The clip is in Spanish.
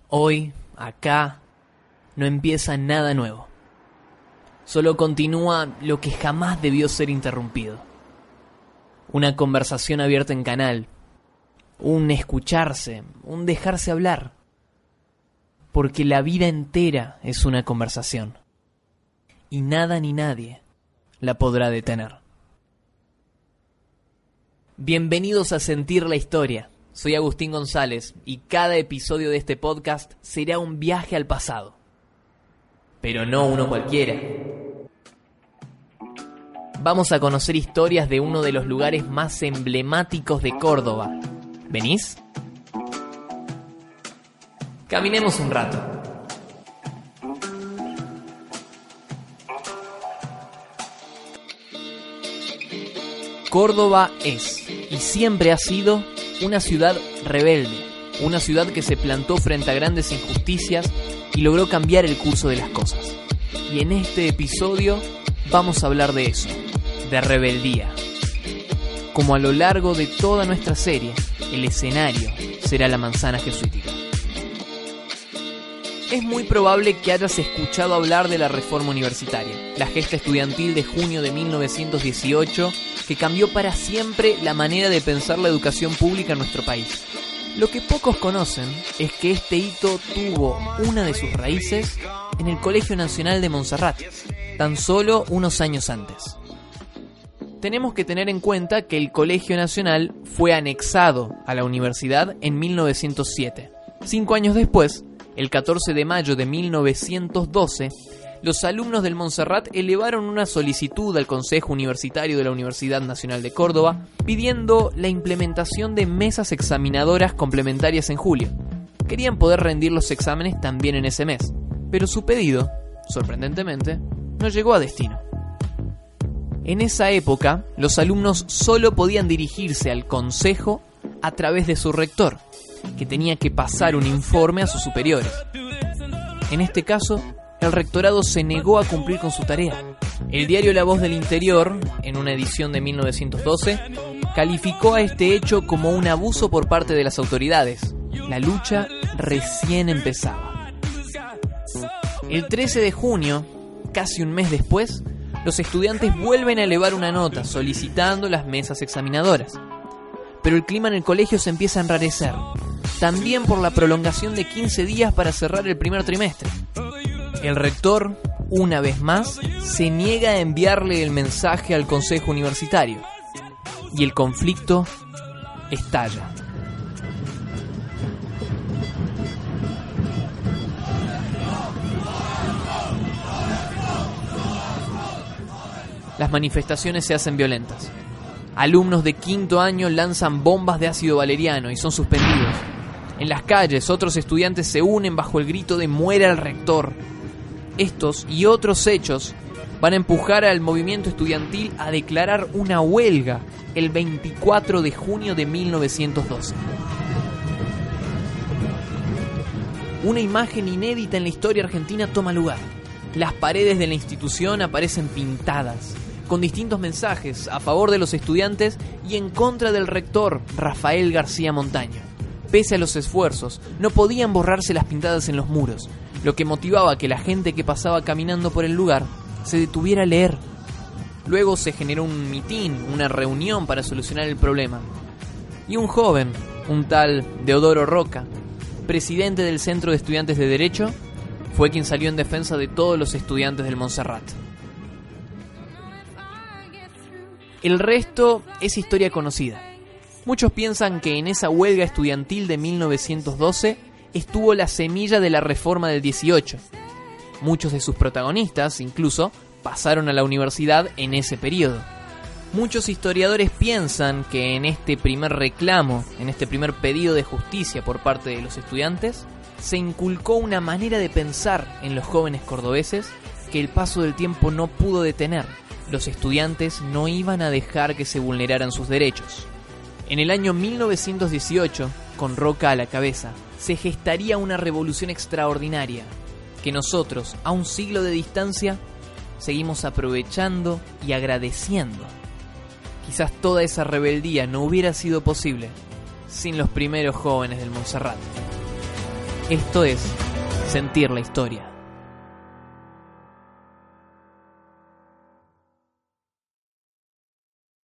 Hoy, acá, no empieza nada nuevo. Solo continúa lo que jamás debió ser interrumpido. Una conversación abierta en canal. Un escucharse, un dejarse hablar. Porque la vida entera es una conversación. Y nada ni nadie la podrá detener. Bienvenidos a Sentir la Historia. Soy Agustín González y cada episodio de este podcast será un viaje al pasado. Pero no uno cualquiera. Vamos a conocer historias de uno de los lugares más emblemáticos de Córdoba. ¿Venís? Caminemos un rato. Córdoba es, y siempre ha sido, una ciudad rebelde, una ciudad que se plantó frente a grandes injusticias y logró cambiar el curso de las cosas. Y en este episodio vamos a hablar de eso, de rebeldía. Como a lo largo de toda nuestra serie, el escenario será la manzana jesuítica. Es muy probable que hayas escuchado hablar de la reforma universitaria, la gesta estudiantil de junio de 1918 que cambió para siempre la manera de pensar la educación pública en nuestro país. Lo que pocos conocen es que este hito tuvo una de sus raíces en el Colegio Nacional de Montserrat, tan solo unos años antes. Tenemos que tener en cuenta que el Colegio Nacional fue anexado a la universidad en 1907. 5 años después, el 14 de mayo de 1912, los alumnos del Montserrat elevaron una solicitud al Consejo Universitario de la Universidad Nacional de Córdoba pidiendo la implementación de mesas examinadoras complementarias en julio. Querían poder rendir los exámenes también en ese mes, pero su pedido, sorprendentemente, no llegó a destino. En esa época, los alumnos solo podían dirigirse al Consejo a través de su rector, que tenía que pasar un informe a sus superiores. En este caso, el rectorado se negó a cumplir con su tarea. El diario La Voz del Interior, en una edición de 1912, calificó a este hecho como un abuso por parte de las autoridades. La lucha recién empezaba. El 13 de junio, casi un mes después, los estudiantes vuelven a elevar una nota solicitando las mesas examinadoras. Pero el clima en el colegio se empieza a enrarecer, también por la prolongación de 15 días para cerrar el primer trimestre. El rector, una vez más, se niega a enviarle el mensaje al Consejo Universitario. Y el conflicto estalla. Las manifestaciones se hacen violentas. Alumnos de quinto año lanzan bombas de ácido valeriano y son suspendidos. En las calles, otros estudiantes se unen bajo el grito de «muera el rector». Estos y otros hechos van a empujar al movimiento estudiantil a declarar una huelga el 24 de junio de 1912. Una imagen inédita en la historia argentina toma lugar. Las paredes de la institución aparecen pintadas, con distintos mensajes a favor de los estudiantes y en contra del rector Rafael García Montaño. Pese a los esfuerzos, no podían borrarse las pintadas en los muros, lo que motivaba a que la gente que pasaba caminando por el lugar se detuviera a leer. Luego se generó un mitin, una reunión para solucionar el problema. Y un joven, un tal Deodoro Roca, presidente del Centro de Estudiantes de Derecho, fue quien salió en defensa de todos los estudiantes del Montserrat. El resto es historia conocida. Muchos piensan que en esa huelga estudiantil de 1912 estuvo la semilla de la reforma del 18. Muchos de sus protagonistas, incluso, pasaron a la universidad en ese periodo. Muchos historiadores piensan que en este primer reclamo, en este primer pedido de justicia por parte de los estudiantes, se inculcó una manera de pensar en los jóvenes cordobeses que el paso del tiempo no pudo detener. Los estudiantes no iban a dejar que se vulneraran sus derechos. En el año 1918, con Roca a la cabeza, se gestaría una revolución extraordinaria que nosotros, a un siglo de distancia, seguimos aprovechando y agradeciendo. Quizás toda esa rebeldía no hubiera sido posible sin los primeros jóvenes del Montserrat. Esto es Sentir la Historia.